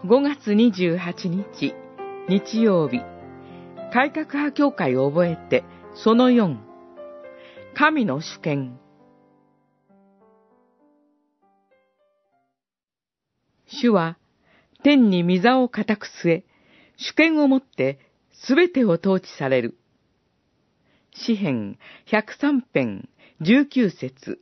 5月28日、日曜日、改革派教会を覚えて、その4、神の主権。主は、天に御座を固く据え、主権をもってすべてを統治される。詩編103編19節。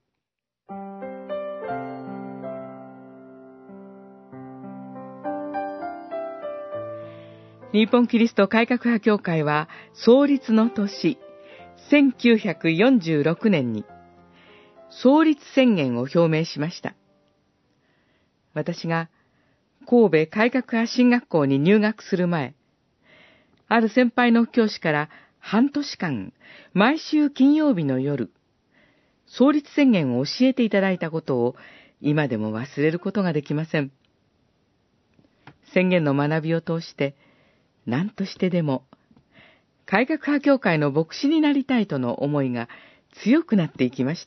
日本キリスト改革派教会は創立の年、1946年に創立宣言を表明しました。私が神戸改革派神学校に入学する前、ある先輩の教師から半年間、毎週金曜日の夜、創立宣言を教えていただいたことを今でも忘れることができません。宣言の学びを通して、何としてでも、改革派教会の牧師になりたいとの思いが強くなっていきました。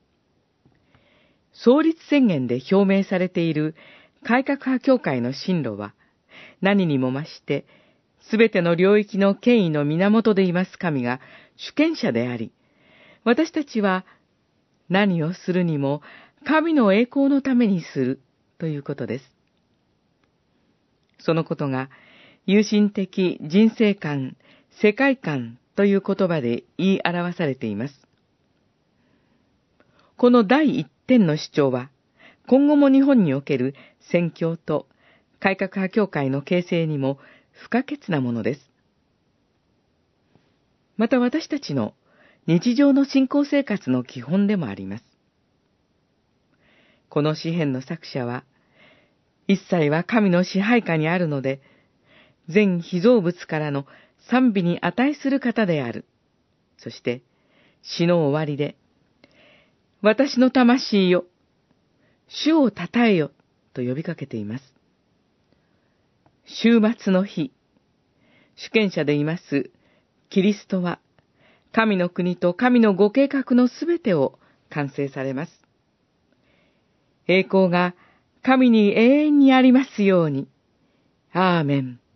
創立宣言で表明されている改革派教会の進路は、何にも増して、すべての領域の権威の源でいます神が主権者であり、私たちは何をするにも神の栄光のためにするということです。そのことが、有心的人生観、世界観という言葉で言い表されています。この第一点の主張は、今後も日本における宣教と改革派教会の形成にも不可欠なものです。また私たちの日常の信仰生活の基本でもあります。この詩編の作者は、一切は神の支配下にあるので、全被造物からの賛美に値する方である。そして、詩の終わりで、私の魂よ、主を称えよ、と呼びかけています。終末の日、主権者でいますキリストは、神の国と神のご計画のすべてを完成されます。栄光が神に永遠にありますように。アーメン。